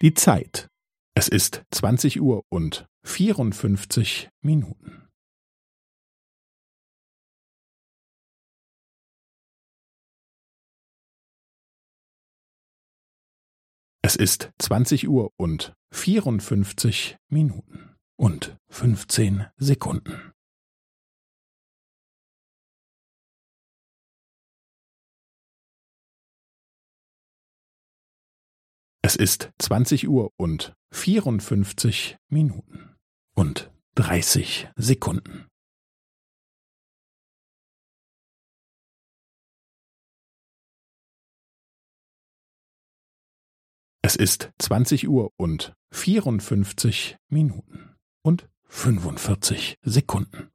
Die Zeit. Es ist 20:54. Es ist 20:54 und 15 Sekunden. Es ist 20:54 und 30 Sekunden. Es ist 20:54 und 45 Sekunden.